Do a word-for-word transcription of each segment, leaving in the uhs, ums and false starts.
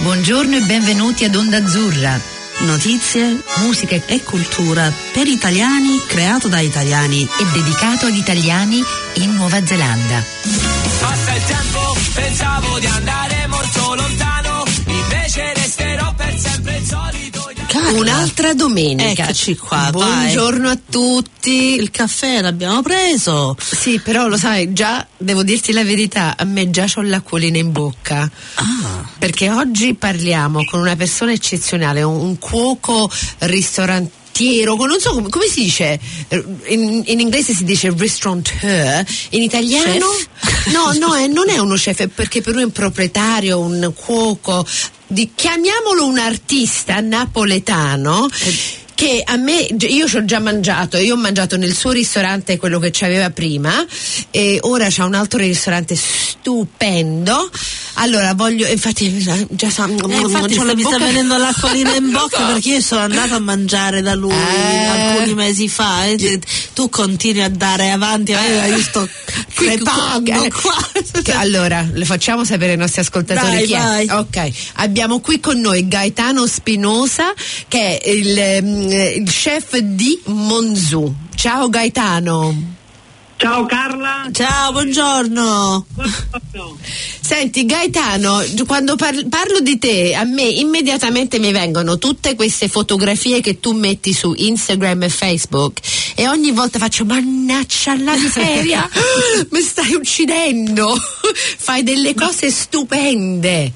Buongiorno e benvenuti ad Onda Azzurra. Notizie, musica e cultura per italiani, creato da italiani e dedicato agli italiani in Nuova Zelanda. Passa il tempo, pensavo di andare molto lontano, invece resterò per sempre il solito. Carla. Un'altra domenica. Eccoci qua. Buongiorno vai. a tutti. Il caffè l'abbiamo preso. Sì, però lo sai, già devo dirti la verità, a me già c'ho l'acquolina in bocca. Ah. Perché oggi parliamo con una persona eccezionale, un, un cuoco ristorante. Non so come, come si dice, in, in inglese si dice restaurateur, in italiano chef? no no eh, non è uno chef, perché per lui è un proprietario, un cuoco, di, chiamiamolo un artista napoletano. Eh. Che a me, io ci ho già mangiato, io ho mangiato nel suo ristorante quello che c'aveva prima e ora c'ha un altro ristorante stupendo. Allora voglio, infatti già so, eh, infatti mi sta venendo l'acquolina in bocca perché io sono andata a mangiare da lui eh. alcuni mesi fa e tu continui a dare avanti, eh. io sto crepando eh. qua. Allora le facciamo sapere ai nostri ascoltatori vai, chi vai. è. Ok, abbiamo qui con noi Gaetano Spinosa, che è il il chef di Monzù. Ciao Gaetano. Ciao Carla. Ciao, buongiorno. Buongiorno. Senti Gaetano, quando par- parlo di te, a me immediatamente mi vengono tutte queste fotografie che tu metti su Instagram e Facebook e ogni volta faccio mannaggia la miseria, mi stai uccidendo. Fai delle cose stupende.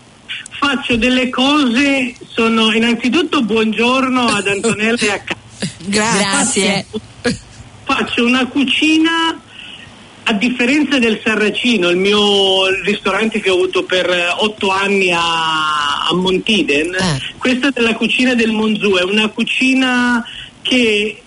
Faccio delle cose, sono innanzitutto buongiorno ad Antonella e a Carla. Grazie. Faccio una cucina, a differenza del Sarracino, il mio ristorante che ho avuto per otto anni a, a Montiden, eh. Questa della cucina del Monzù è una cucina che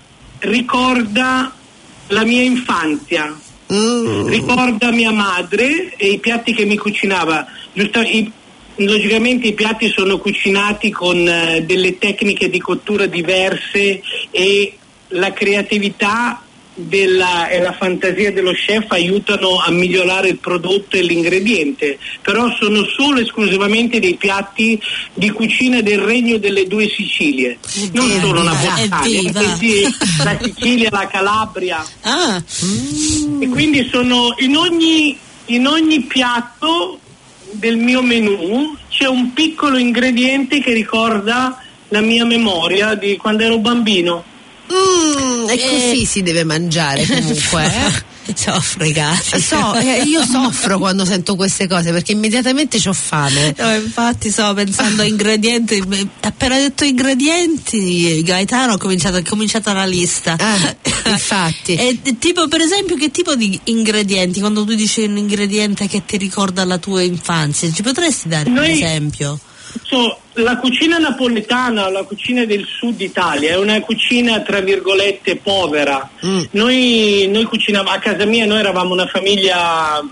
ricorda la mia infanzia, mm. ricorda mia madre e i piatti che mi cucinava. Giusto, i, Logicamente i piatti sono cucinati con uh, delle tecniche di cottura diverse e la creatività della, e la fantasia dello chef aiutano a migliorare il prodotto e l'ingrediente, però sono solo esclusivamente dei piatti di cucina del Regno delle Due Sicilie, non evviva, solo napoletana, sì, la Sicilia, la Calabria. Ah. E quindi sono in ogni, in ogni piatto del mio menù c'è un piccolo ingrediente che ricorda la mia memoria di quando ero bambino. Mm, e così eh. si deve mangiare comunque. Eh? Soffro i cazzi. So, eh, io soffro quando sento queste cose perché immediatamente c'ho fame. No, infatti stavo pensando a ingredienti. Appena detto ingredienti, Gaetano ha cominciato, è cominciata la lista. Ah, infatti. E, tipo, per esempio, che tipo di ingredienti? Quando tu dici un ingrediente che ti ricorda la tua infanzia, ci potresti dare Noi... un esempio? So, la cucina napoletana, la cucina del sud Italia è una cucina tra virgolette povera. Mm. Noi, noi cucinavamo a casa mia, noi eravamo una famiglia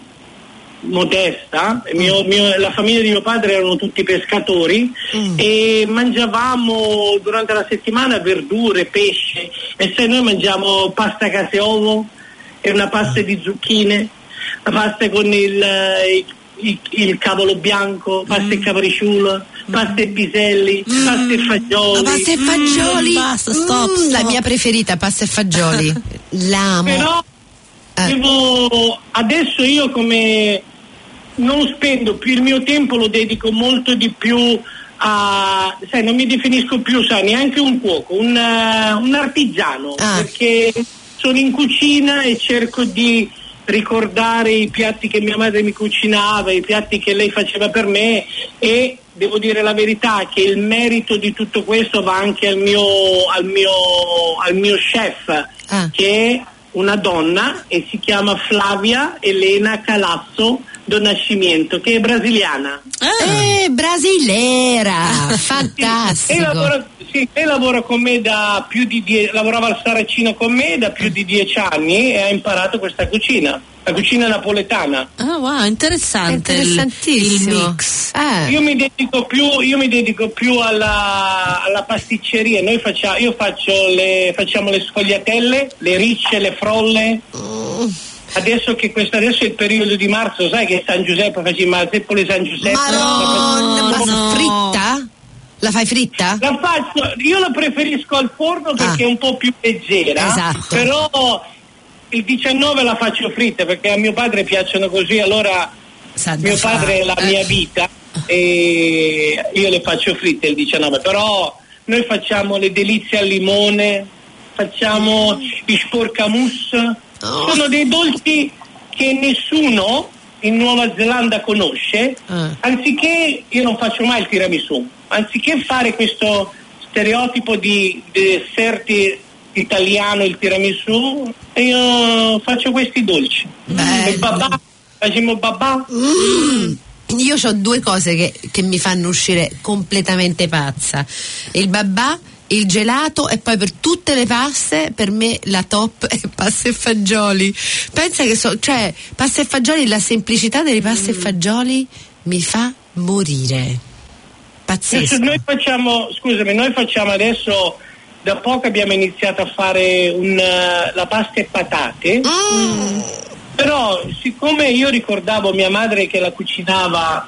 modesta, mm. mio, mio, la famiglia di mio padre erano tutti pescatori mm. e mangiavamo durante la settimana verdure, pesce e se noi mangiamo pasta caseovo e una pasta di zucchine, la pasta con il, il, il cavolo bianco, pasta mm. e capriciulo, pasta e piselli, mm. pasta e fagioli. La pasta e fagioli, mm, basta, stop, mm, stop. La mia preferita, pasta e fagioli. L'amo. Però eh. devo, adesso io come non spendo più il mio tempo, lo dedico molto di più a, sai, non mi definisco più, sai, neanche un cuoco, un, uh, un artigiano, ah. perché sono in cucina e cerco di ricordare i piatti che mia madre mi cucinava, i piatti che lei faceva per me e devo dire la verità che il merito di tutto questo va anche al mio, al mio, al mio chef, ah. che è una donna e si chiama Flavia Elena Calasso do Nascimento, che è brasiliana. Ah. Eh, brasilera, fantastico. Lei lavora, sì, lei lavora con me da più di die- lavorava al Saracino con me da più di dieci anni e ha imparato questa cucina, la cucina napoletana. Ah, wow, interessante. Interessantissimo. Il, il mix. Eh. Io mi dedico più, io mi dedico più alla, alla pasticceria. Noi facciamo, io faccio le, facciamo le sfogliatelle, le ricce, le frolle. Mm. Adesso che questo adesso è il periodo di marzo, sai che San Giuseppe facciamo la zeppole San Giuseppe. Ma no, no, ma no. fritta? La fai fritta? La faccio, io la preferisco al forno perché Ah. è un po' più leggera, Esatto. però il diciannove la faccio fritta perché a mio padre piacciono così, allora Sa da mio fare. padre è la mia vita e io le faccio fritte il diciannove, però noi facciamo le delizie al limone, facciamo i sporcamus, Oh. sono dei dolci che nessuno in Nuova Zelanda conosce, Ah. anziché, io non faccio mai il tiramisù, anziché fare questo stereotipo di desserti italiano, il tiramisù, io faccio questi dolci. Bello. Il babà, facciamo babà. Mm. Io ho due cose che, che mi fanno uscire completamente pazza: il babà, il gelato, e poi per tutte le paste per me la top è pasta e fagioli. Pensa che so, cioè pasta e fagioli, la semplicità delle paste mm. e fagioli mi fa morire. Pazzesco. Noi facciamo, scusami, noi facciamo adesso, da poco abbiamo iniziato a fare un, uh, la pasta e patate. Mm. Però siccome io ricordavo mia madre che la cucinava,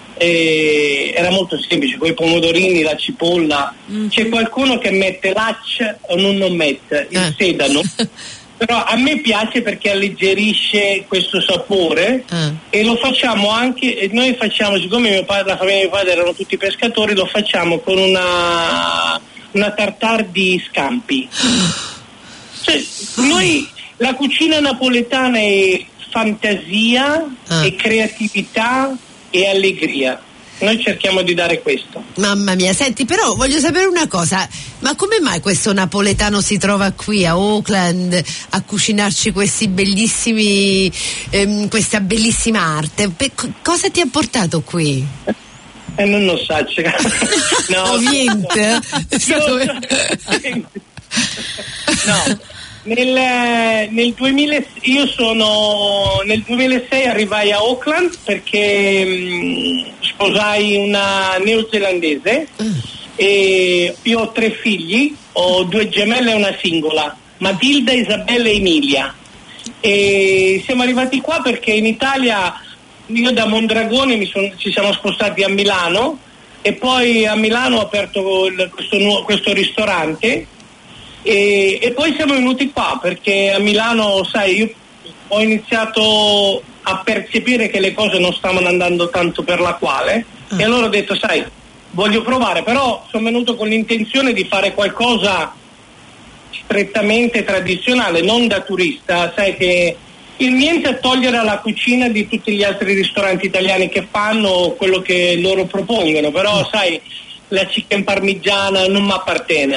eh, era molto semplice, con i pomodorini, la cipolla, mm-hmm. c'è qualcuno che mette l'accia o non, non mette il eh. sedano, però a me piace perché alleggerisce questo sapore eh. e lo facciamo anche, e noi facciamo, siccome mio padre, la famiglia di mio padre erano tutti pescatori, lo facciamo con una, una tartare di scampi. Cioè, noi... La cucina napoletana è fantasia, ah. è creatività e allegria. Noi cerchiamo di dare questo. Mamma mia, senti, però voglio sapere una cosa: ma come mai questo napoletano si trova qui a Auckland a cucinarci questi bellissimi, ehm, questa bellissima arte? Pe- cosa ti ha portato qui? Eh, non lo so. No, niente. No. Nel, nel duemila, io sono nel duemilasei arrivai a Auckland perché mh, sposai una neozelandese mm. e io ho tre figli, ho due gemelle e una singola, Matilda, Isabella e Emilia, e siamo arrivati qua perché in Italia io da Mondragone mi son, ci siamo spostati a Milano e poi a Milano ho aperto il, questo, questo ristorante. E, e poi siamo venuti qua perché a Milano, sai, io ho iniziato a percepire che le cose non stavano andando tanto per la quale ah. e allora ho detto, sai, voglio provare, però sono venuto con l'intenzione di fare qualcosa strettamente tradizionale, non da turista, sai che il niente a togliere alla cucina di tutti gli altri ristoranti italiani che fanno quello che loro propongono, però sai, la chicken parmigiana non mi appartiene.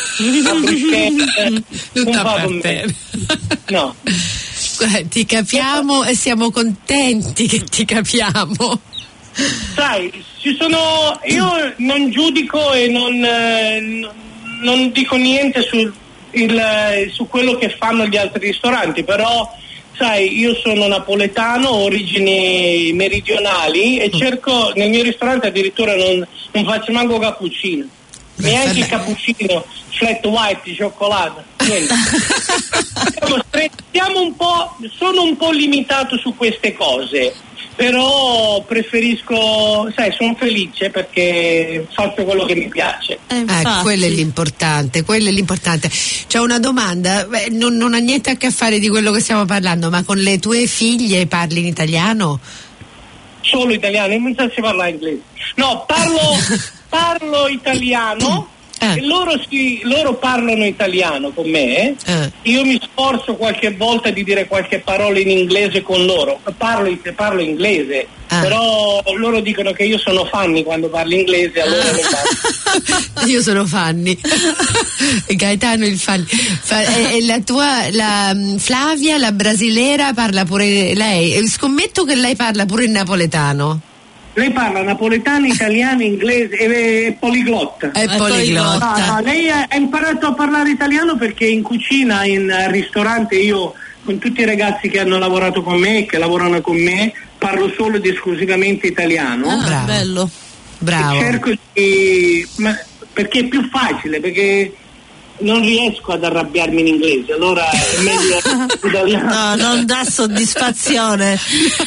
Non fa con me. No. Ti capiamo e siamo contenti che ti capiamo. Sai, ci sono, io non giudico e non, eh, non dico niente su, il, su quello che fanno gli altri ristoranti, però sai, io sono napoletano, ho origini meridionali e cerco, nel mio ristorante addirittura non, non faccio manco cappuccino, neanche il cappuccino flat white di cioccolato, niente. Siamo un po', sono un po' limitato su queste cose, però preferisco, sai, sono felice perché faccio quello che mi piace. Eh, eh, quello è l'importante, quello è l'importante. C'è una domanda, beh, non, non ha niente a che fare di quello che stiamo parlando, ma con le tue figlie parli in italiano? Solo italiano, non so se parla inglese. No, parlo, parlo italiano. Eh. E loro, si, loro parlano italiano con me, eh. Io mi sforzo qualche volta di dire qualche parola in inglese con loro, parlo, parlo inglese, eh. Però loro dicono che io sono Fanny quando parlo inglese, allora lo parlo. Io sono Fanny. Gaetano il Fanny. E la tua, la Flavia, la brasilera, parla pure lei? Scommetto che lei parla pure il napoletano. Lei parla napoletano, italiano, inglese, è poliglotta. È poliglotta. No, no, lei ha imparato a parlare italiano perché in cucina, in ristorante, io con tutti i ragazzi che hanno lavorato con me, che lavorano con me, parlo solo ed esclusivamente italiano. Ah, bravo. Bello. Bravo. E cerco di, ma, perché è più facile, perché non riesco ad arrabbiarmi in inglese, allora è meglio no, non dà soddisfazione.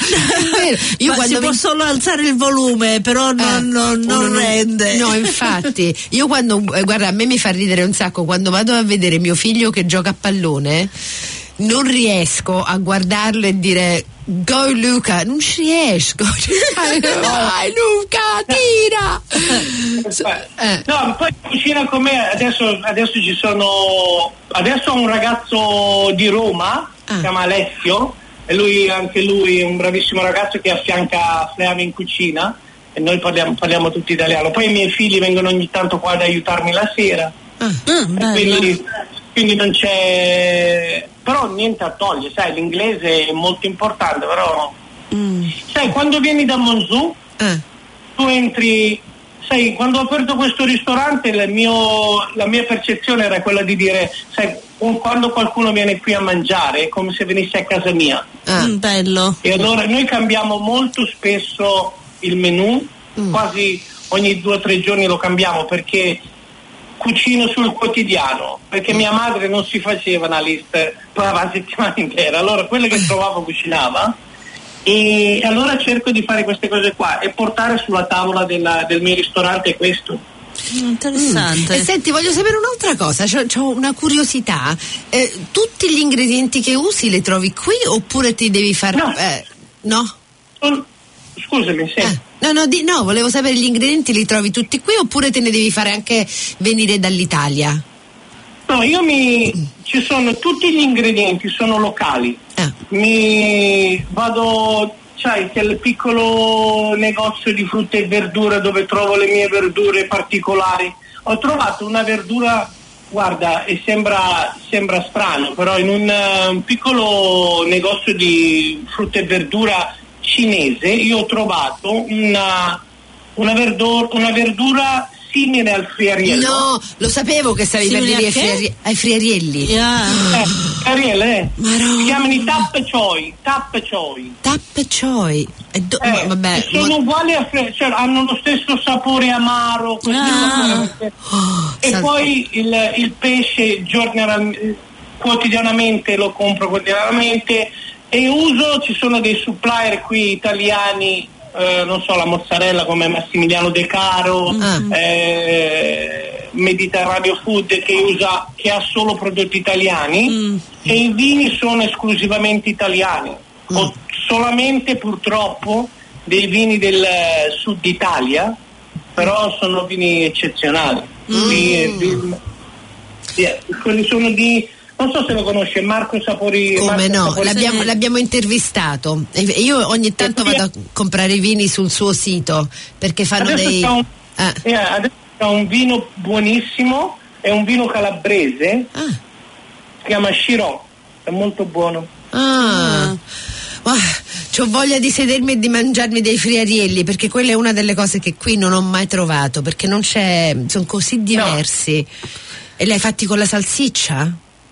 Io Ma quando si mi... può solo alzare il volume, però non, eh, non, non non rende. No, infatti, io quando eh, guarda, a me mi fa ridere un sacco quando vado a vedere mio figlio che gioca a pallone, non riesco a guardarlo e dire go Luca, non ci riesco. Vai Luca, tira. Eh. No, poi cucina con me, adesso, adesso ci sono, adesso ho un ragazzo di Roma, ah. si chiama Alessio, e lui, anche lui è un bravissimo ragazzo che affianca Fleave in cucina, e noi parliamo, parliamo tutti italiano. Poi i miei figli vengono ogni tanto qua ad aiutarmi la sera, ah. Mm, quindi, quindi non c'è, però niente a togliere, sai, l'inglese è molto importante, però mm. sai, quando vieni da Monzù eh. tu entri, sai, quando ho aperto questo ristorante il mio, la mia percezione era quella di dire, sai, quando qualcuno viene qui a mangiare è come se venisse a casa mia. Ah. Mm, bello. E allora noi cambiamo molto spesso il menù, mm. quasi ogni due o tre giorni lo cambiamo, perché cucino sul quotidiano, perché mia madre non si faceva una lista per la settimana intera, allora quelle che trovavo cucinava, e allora cerco di fare queste cose qua e portare sulla tavola della, del mio ristorante questo. Interessante. Mm. E senti, voglio sapere un'altra cosa, ho una curiosità, eh, tutti gli ingredienti che usi li trovi qui oppure ti devi fare... No, eh, no? Scusami, sì. Eh. No, no, di, no, volevo sapere, gli ingredienti li trovi tutti qui oppure te ne devi fare anche venire dall'Italia? No, io mi... ci sono tutti gli ingredienti, sono locali. Eh. Mi vado, sai, c'è il piccolo negozio di frutta e verdura dove trovo le mie verdure particolari. Ho trovato una verdura, guarda, e sembra, sembra strano, però in un, un piccolo negozio di frutta e verdura cinese io ho trovato una, una, verdura, una verdura simile al friariello. No, lo sapevo che stavi per dire ai, friari, ai friarielli. Yeah. Eh, friariello, eh. Marò. Si chiamano i tap choy, tap choy. Tap choy. E do, eh, vabbè, sono ma... uguali a friariello, cioè hanno lo stesso sapore amaro. Ah. Oh, e sal- poi il, il pesce giornal, quotidianamente lo compro quotidianamente. E uso, ci sono dei supplier qui italiani, eh, non so, la mozzarella come Massimiliano De Caro, mm. eh, Mediterraneo Food che usa, che ha solo prodotti italiani, mm. e i vini sono esclusivamente italiani. Mm. Ho solamente purtroppo dei vini del sud Italia, però sono vini eccezionali. Mm. Vini, vini, yeah, quelli sono di... Non so se lo conosce, Marco Sapori. Come Marco no, Sapori. l'abbiamo, l'abbiamo intervistato e io ogni tanto vado a comprare i vini sul suo sito perché fanno adesso dei... C'è un, ah. eh, adesso c'è un vino buonissimo, è un vino calabrese, ah. si chiama Shirò, è molto buono. Ah, ah. C'ho voglia di sedermi e di mangiarmi dei friarielli perché quella è una delle cose che qui non ho mai trovato perché non c'è, sono così diversi. No. E li hai fatti con la salsiccia?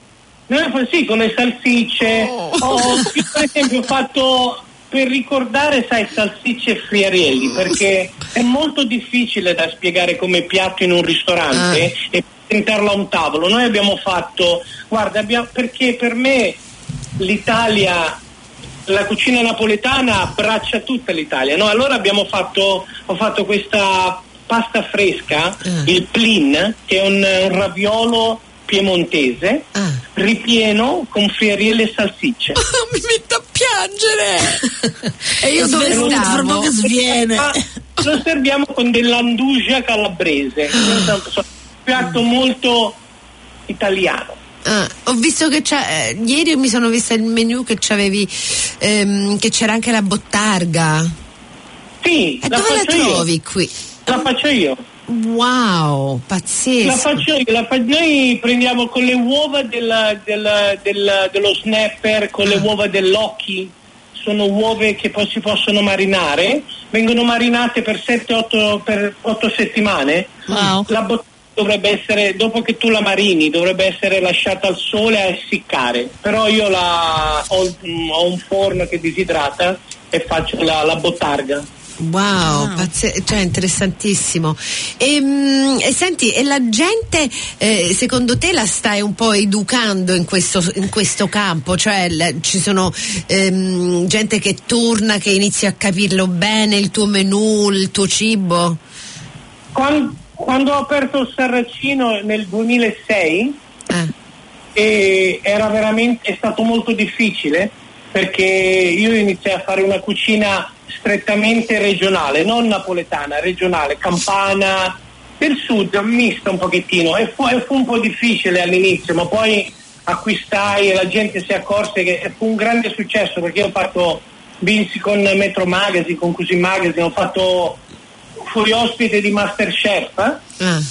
Noi sì, con le salsicce. Oh. Ho per esempio fatto, per ricordare, sai, salsicce e friarielli, perché è molto difficile da spiegare come piatto in un ristorante ah. e presentarlo a un tavolo. Noi abbiamo fatto, guarda, abbiamo, perché per me l'Italia, la cucina napoletana abbraccia tutta l'Italia, no? Allora abbiamo fatto, ho fatto questa pasta fresca, ah. il plin, che è un, un raviolo piemontese, ah. ripieno con friarielli e salsicce. Oh, mi metto a piangere! E io dove stavo? Che sviene. Lo serviamo con dell'anduja calabrese, un piatto molto italiano. Ah, ho visto che c'è, eh, ieri mi sono vista il menù che c'avevi, ehm, che c'era anche la bottarga. Sì, e la dove la trovi io. qui? La faccio io. Wow, pazzesco. La faccio io, la fa... noi prendiamo con le uova della, della, della, dello snapper, con le uova dell'occhi, sono uova che poi si possono marinare, vengono marinate per sette otto per otto settimane. Wow. La bottiglia dovrebbe essere, dopo che tu la marini, dovrebbe essere lasciata al sole a essiccare, però io la ho, ho un forno che disidrata e faccio la, la bottarga. Wow, Wow. pazze- cioè interessantissimo. E, mh, e senti, e la gente eh, secondo te la stai un po' educando in questo, in questo campo? Cioè l- ci sono ehm, gente che torna, che inizia a capirlo bene, il tuo menù, il tuo cibo? Quando, quando ho aperto il Sarracino nel duemilasei Eh. e era veramente, è stato molto difficile, perché io iniziai a fare una cucina strettamente regionale, non napoletana, regionale, campana, del sud, mista un pochettino, e fu, e fu un po' difficile all'inizio, ma poi acquistai e la gente si accorse che fu un grande successo, perché io ho fatto, vinsi con Metro Magazine, con Cuisine Magazine, ho fatto, fui ospite di Masterchef, eh? Ah.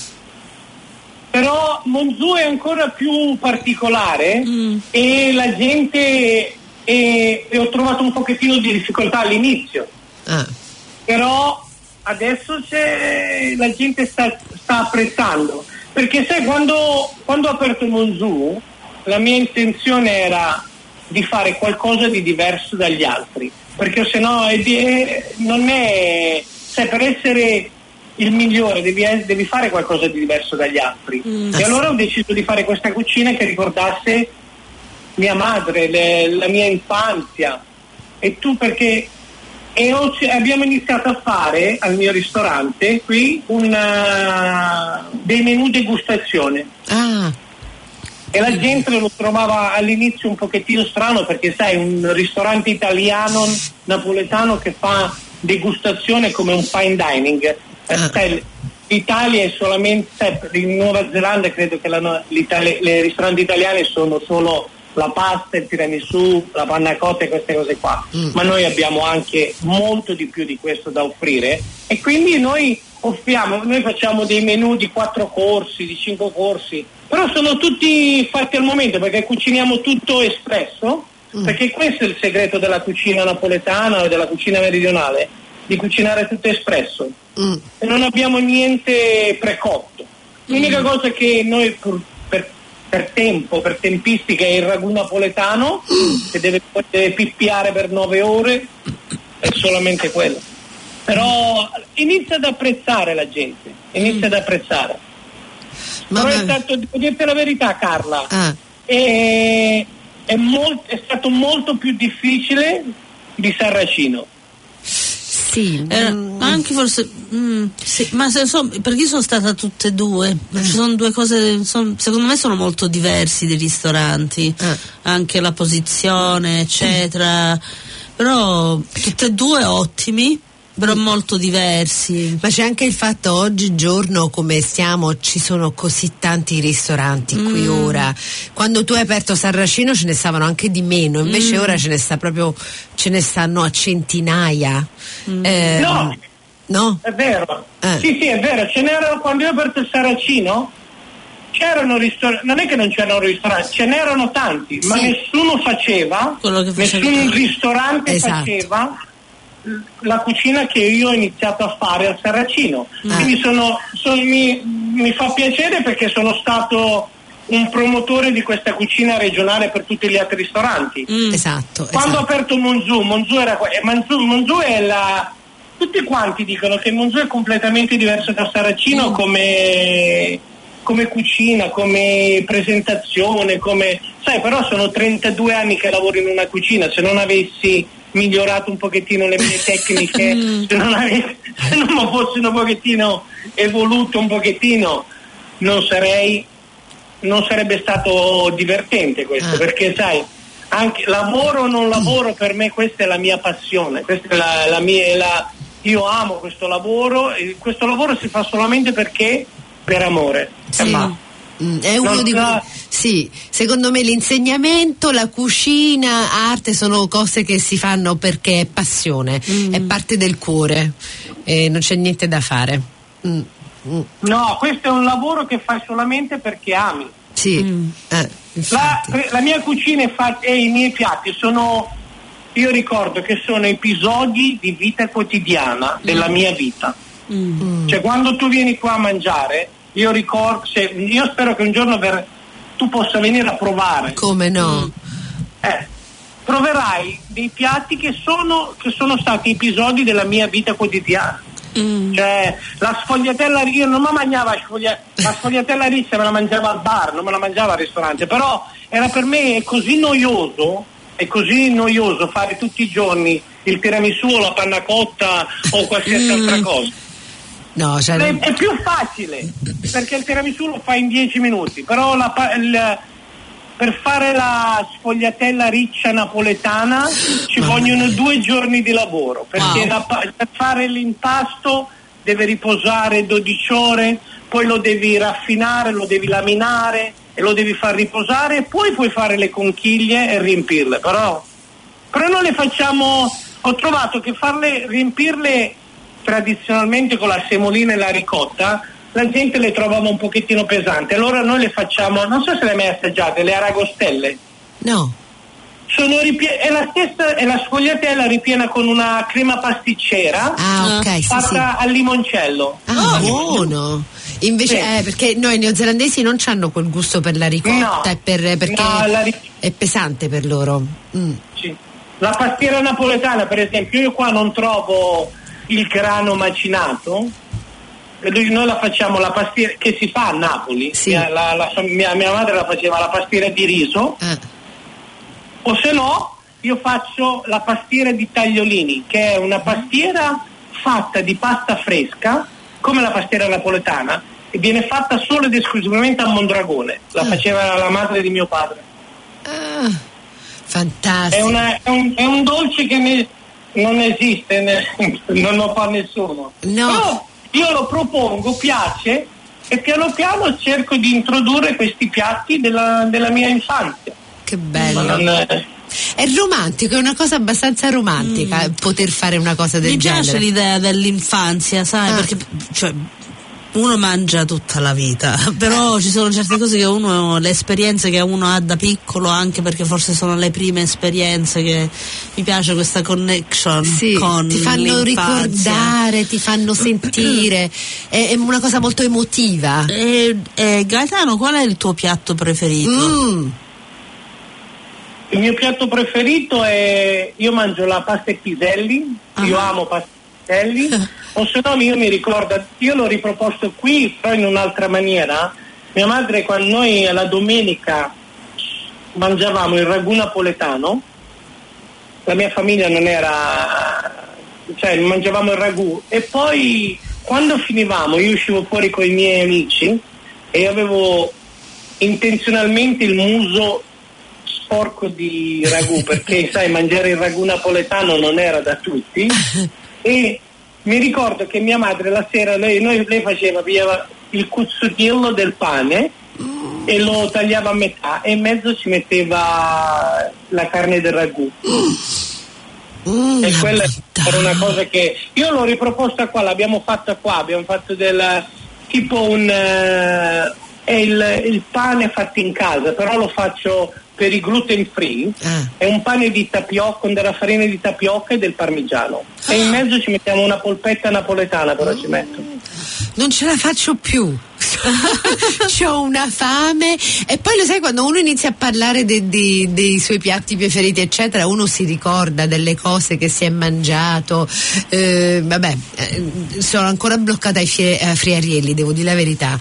Però Monzù è ancora più particolare Mm. e la gente, e, e ho trovato un pochettino di difficoltà all'inizio, Ah. però adesso c'è, la gente sta, sta apprezzando, perché sai, quando, quando ho aperto Monzù la mia intenzione era di fare qualcosa di diverso dagli altri, perché sennò è, è, non è, sai, per essere il migliore devi, devi fare qualcosa di diverso dagli altri. Mm. E allora ho deciso di fare questa cucina che ricordasse mia madre, le, la mia infanzia, e tu, perché e ho, abbiamo iniziato a fare al mio ristorante qui una, dei menù degustazione, Ah. e la gente lo trovava all'inizio un pochettino strano, perché sai, un ristorante italiano napoletano che fa degustazione come un fine dining, Ah. sai, l'Italia è solamente, sai, in Nuova Zelanda credo che la, l'Italia, le ristoranti italiani sono solo la pasta, il tiramisù, la panna cotta e queste cose qua, Mm. ma noi abbiamo anche molto di più di questo da offrire, e quindi noi offriamo, noi facciamo dei menù di quattro corsi, di cinque corsi, però sono tutti fatti al momento, perché cuciniamo tutto espresso, Mm. perché questo è il segreto della cucina napoletana o della cucina meridionale, di cucinare tutto espresso, Mm. e non abbiamo niente precotto. L'unica Mm. cosa che noi per, per, per tempo, per tempistica, è il ragù napoletano, che deve, deve pippiare per nove ore, è solamente quello. Però inizia ad apprezzare la gente, inizia ad apprezzare. Ma- Però è ma- stato, devo dirti la verità, Carla, Ah. è, è, molt- è stato molto più difficile di Sarracino. Sì. Era mm. anche forse mm, sì, ma se so, perché io sono stata tutte e due, ma ci sono due cose, son- secondo me sono molto diversi dei ristoranti, Ah. anche la posizione eccetera, però tutte e due ottimi, però molto diversi. Ma c'è anche il fatto, oggigiorno come stiamo, ci sono così tanti ristoranti qui Mm. ora. Quando tu hai aperto Sarracino ce ne stavano anche di meno, invece Mm. ora ce ne sta proprio, ce ne stanno a centinaia. Eh, No. No? È vero, Eh. sì sì è vero, ce n'erano quando io ho aperto il Saracino, c'erano ristoranti, non è che non c'erano ristoranti, ce n'erano tanti, ma Sì. nessuno faceva, Quello che faceva nessun tu. ristorante Esatto. faceva la cucina che io ho iniziato a fare al Saracino. Ah. Quindi sono, sono- mi, mi fa piacere, perché sono stato un promotore di questa cucina regionale per tutti gli altri ristoranti. Mm. Esatto. Quando ho esatto. aperto Monzù, Monzù era que- eh, Monzù, Monzù è la, tutti quanti dicono che Monzù è completamente diverso da Saracino, Mm. come, come cucina, come presentazione, come, sai, però sono trentadue anni che lavoro in una cucina, se non avessi migliorato un pochettino le mie tecniche, Mm. se non avessi, se non mi fossi un pochettino evoluto un pochettino, non sarei, non sarebbe stato divertente questo, Ah. perché sai, anche lavoro o non lavoro, per me questa è la mia passione, questa è la, la mia, è la, io amo questo lavoro, e questo lavoro si fa solamente perché per amore. Sì. E basta. Mm, è uno Non di sa- quei- sì, secondo me l'insegnamento, la cucina, arte sono cose che si fanno perché è passione, Mm. è parte del cuore e non c'è niente da fare. Mm, mm, No, questo è un lavoro che fai solamente perché ami. sì, Mm. eh, La, infatti. la mia cucina è fatta, e i miei piatti sono, io ricordo che sono episodi di vita quotidiana della mia vita. Mm. Mm. Cioè, quando tu vieni qua a mangiare, io ricordo, se, io spero che un giorno ver- tu possa venire a provare. Come no? Eh, troverai dei piatti che sono, che sono stati episodi della mia vita quotidiana. Mm. Cioè la sfogliatella, io non mi mangiava sfoglia, la sfogliatella riccia, me la mangiavo al bar, non me la mangiavo al ristorante, però era per me così noioso, è così noioso fare tutti i giorni il tiramisù o la panna cotta o qualsiasi mm. altra cosa. No, cioè... è, è più facile perché il tiramisù lo fai in dieci minuti, però la, il, per fare la sfogliatella riccia napoletana ci Mamma vogliono mia. due giorni di lavoro, perché wow. la, per fare l'impasto deve riposare dodici ore, poi lo devi raffinare, lo devi laminare e lo devi far riposare, e poi puoi fare le conchiglie e riempirle, però, però noi le facciamo, ho trovato che farle, riempirle tradizionalmente con la semolina e la ricotta, la gente le trovava un pochettino pesanti, allora noi le facciamo, non so se le hai mai assaggiate, le aragostelle. No. Sono ripie- è la stessa, è la sfogliatella ripiena con una crema pasticcera ah, okay, fatta sì, sì. al limoncello. Ah, oh, buono. Invece, sì. eh, perché noi neozelandesi non hanno quel gusto per la ricotta, no, e per, perché no, la ri- è pesante per loro. Mm. Sì. La pastiera napoletana, per esempio, io qua non trovo il grano macinato. Noi la facciamo la pastiera che si fa a Napoli, sì. mia, la, la, mia, mia madre la faceva la pastiera di riso, eh. o se no io faccio la pastiera di tagliolini, che è una pastiera fatta di pasta fresca come la pastiera napoletana e viene fatta solo ed esclusivamente a Mondragone, la eh. faceva la madre di mio padre. Ah, fantastico. È, una, è, un, è un dolce che ne, non esiste, ne, non lo fa nessuno. No. Però, io lo propongo, piace, e piano piano cerco di introdurre questi piatti della, della mia infanzia. Che bello. Ma non è... è romantico, è una cosa abbastanza romantica mm. poter fare una cosa del Mi genere. Mi piace l'idea dell'infanzia, sai, ah. perché cioè, uno mangia tutta la vita, però ci sono certe cose che uno, le esperienze che uno ha da piccolo, anche perché forse sono le prime esperienze, che mi piace questa connection sì, con ti fanno l'infanzia. Ricordare, ti fanno sentire, è, è una cosa molto emotiva. E, e Gaetano, qual è il tuo piatto preferito? Mm. Il mio piatto preferito è, io mangio la pasta e piselli, ah. io amo pasta e piselli, o se no io mi ricordo, io l'ho riproposto qui però in un'altra maniera. Mia madre, quando noi alla domenica mangiavamo il ragù napoletano, la mia famiglia non era, cioè mangiavamo il ragù, e poi quando finivamo io uscivo fuori con i miei amici e io avevo intenzionalmente il muso sporco di ragù, perché sai, mangiare il ragù napoletano non era da tutti, e mi ricordo che mia madre la sera lei, noi, lei faceva pigliava il cuzzutiello del pane e lo tagliava a metà e in mezzo ci metteva la carne del ragù. Mm, e quella era una cosa che io l'ho riproposta qua, l'abbiamo fatta qua, abbiamo fatto del tipo un uh, è il, il pane fatto in casa, però lo faccio per i gluten free, ah. è un pane di tapioca, con della farina di tapioca e del parmigiano, ah. e in mezzo ci mettiamo una polpetta napoletana, però mm. ci metto. Non ce la faccio più. C'ho una fame. E poi lo sai, quando uno inizia a parlare de, de, dei suoi piatti preferiti eccetera, uno si ricorda delle cose che si è mangiato. eh, vabbè eh, sono ancora bloccata ai fie, a Friarielli, devo dire la verità.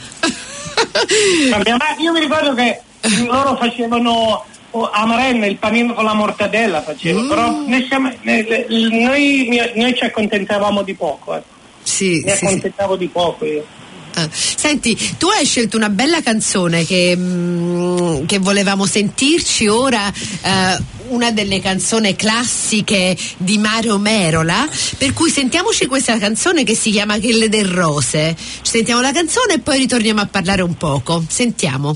Io mi ricordo che loro facevano a Marenna il panino con la mortadella, facevano, mm. però noi, siamo, noi, noi ci accontentavamo di poco, ecco. Sì, mi sì, accontentavo sì. di poco io. Ah. Senti, tu hai scelto una bella canzone che, mh, che volevamo sentirci ora, eh, una delle canzoni classiche di Mario Merola, per cui sentiamoci questa canzone che si chiama Quelle del Rose. Ci sentiamo la canzone e poi ritorniamo a parlare un poco. Sentiamo.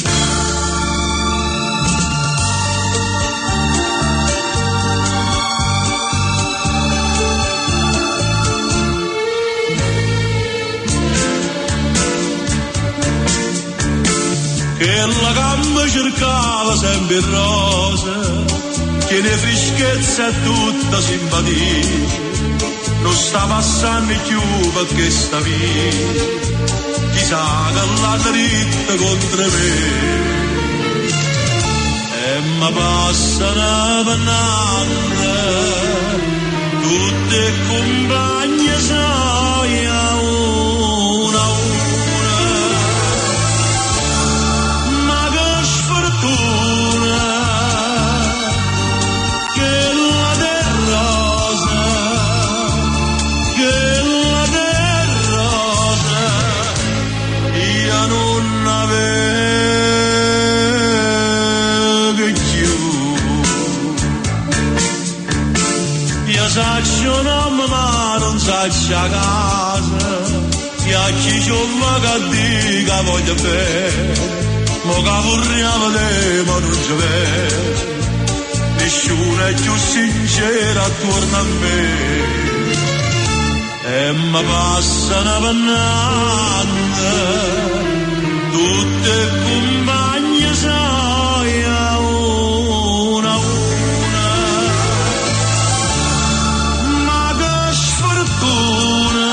Che la gamba cercava sempre rosa, che ne freschezza e tutta simpatia, non sta passando più perché sta via, chissà che l'ha dritta contro me. E ma passano pannate, tutte compagne sai a una a una, ma che sfortuna che la del rosa, che la del rosa io non avevo più. Io saccio nome ma non saccio a casa, e a chi ci vuole che dica voglio bene, ma che vorremmo te ma non ci vede, nessuno è più sincero attorno a me, e mi passano pannate, tutte compagne sai a una a una, ma che sfortuna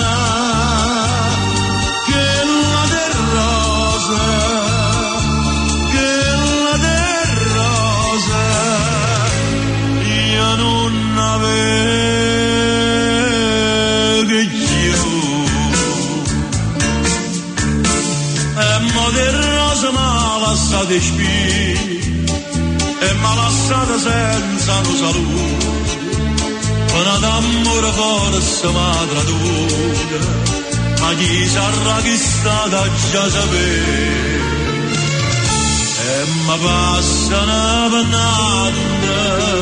che la del rosa, che la del rosa io non avevo più, e mo del rosa m'ha lasciato spie, e m'ha lasciato senza una salute, una d'amore forse m'ha traduta, ma chi sarà chi è stata già sapere, e mi passano pannate,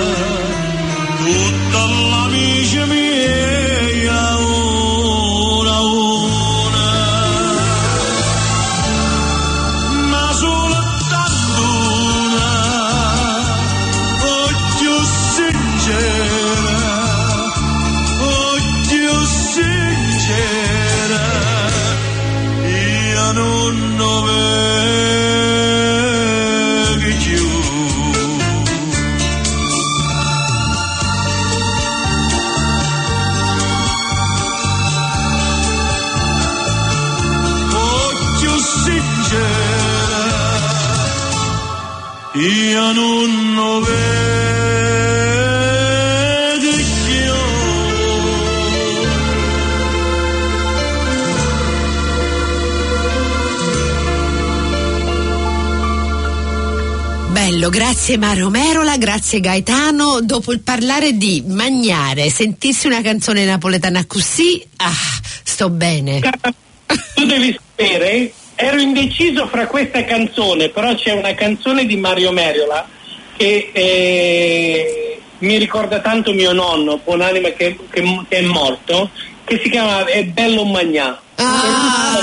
tutta l'amici miei a una a una, ma soltanto una, oh più sincera, oh più sincera, io non avevo più. Oh più sincera, io non avevo più. Bello, grazie Mario Merola, grazie Gaetano. Dopo il parlare di mangiare, sentirsi una canzone napoletana così, ah, sto bene. Tu devi sapere, ero indeciso fra questa canzone, però c'è una canzone di Mario Merola che eh, mi ricorda tanto mio nonno, buonanima che, che, che è morto, che si chiama È bello magnà. Ah.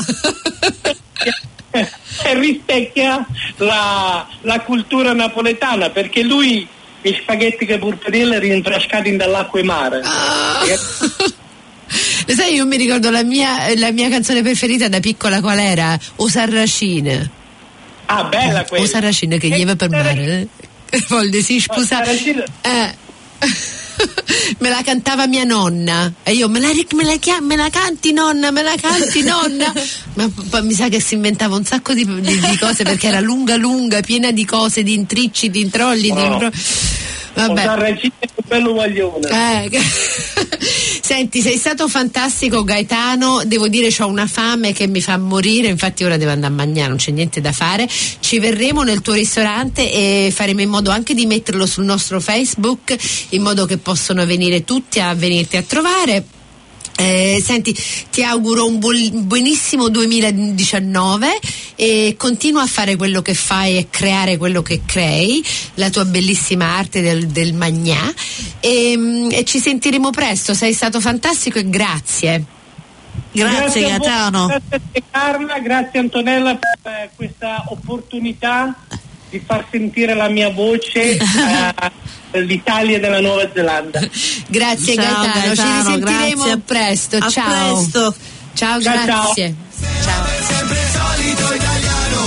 E rispecchia la, la cultura napoletana, perché lui gli spaghetti che purpadilla rinfrescati dall'acqua e mare. Ah. Lo sai, io mi ricordo la mia, la mia canzone preferita da piccola qual era? O Sarracine. Ah, bella quella. O Sarracine che gli va per mare. Voglio si sposa. Eh. Me la cantava mia nonna e io me la, me la, me la canti nonna, me la canti nonna, ma poi mi sa che si inventava un sacco di, di, di cose perché era lunga lunga, piena di cose, di intricci, di introlli, oh. di intro... Vabbè. Bello guaglione. Eh. Senti, sei stato fantastico Gaetano, devo dire c'ho una fame che mi fa morire, infatti ora devo andare a mangiare, non c'è niente da fare, ci verremo nel tuo ristorante e faremo in modo anche di metterlo sul nostro Facebook in modo che possono venire tutti a venirti a trovare. Eh, senti, ti auguro un buon, buonissimo duemiladiciannove e continua a fare quello che fai e creare quello che crei, la tua bellissima arte del, del magnà e, e ci sentiremo presto, sei stato fantastico e grazie. Grazie Gaetano. Grazie Carla, grazie Antonella per questa opportunità di far sentire la mia voce all'Italia della Nuova Zelanda. Grazie ciao, Gaetano, Gaetano, ci risentiremo grazie. presto. A ciao. presto. Ciao, ciao, grazie. Ciao. Ciao. Sempre il solito italiano.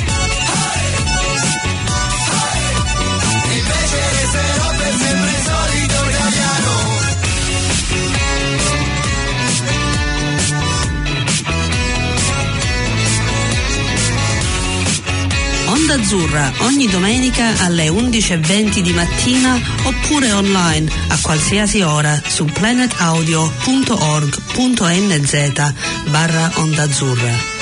Invece resterò per sempre il solito italiano. Onda Onda Azzurra ogni domenica alle undici e venti di mattina oppure online a qualsiasi ora su planetaudio punto org punto nz barra Onda Azzurra.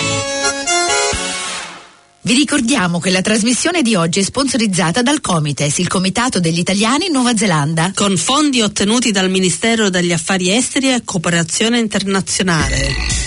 Vi ricordiamo che la trasmissione di oggi è sponsorizzata dal Comites, il Comitato degli Italiani in Nuova Zelanda, con fondi ottenuti dal Ministero degli Affari Esteri e Cooperazione Internazionale.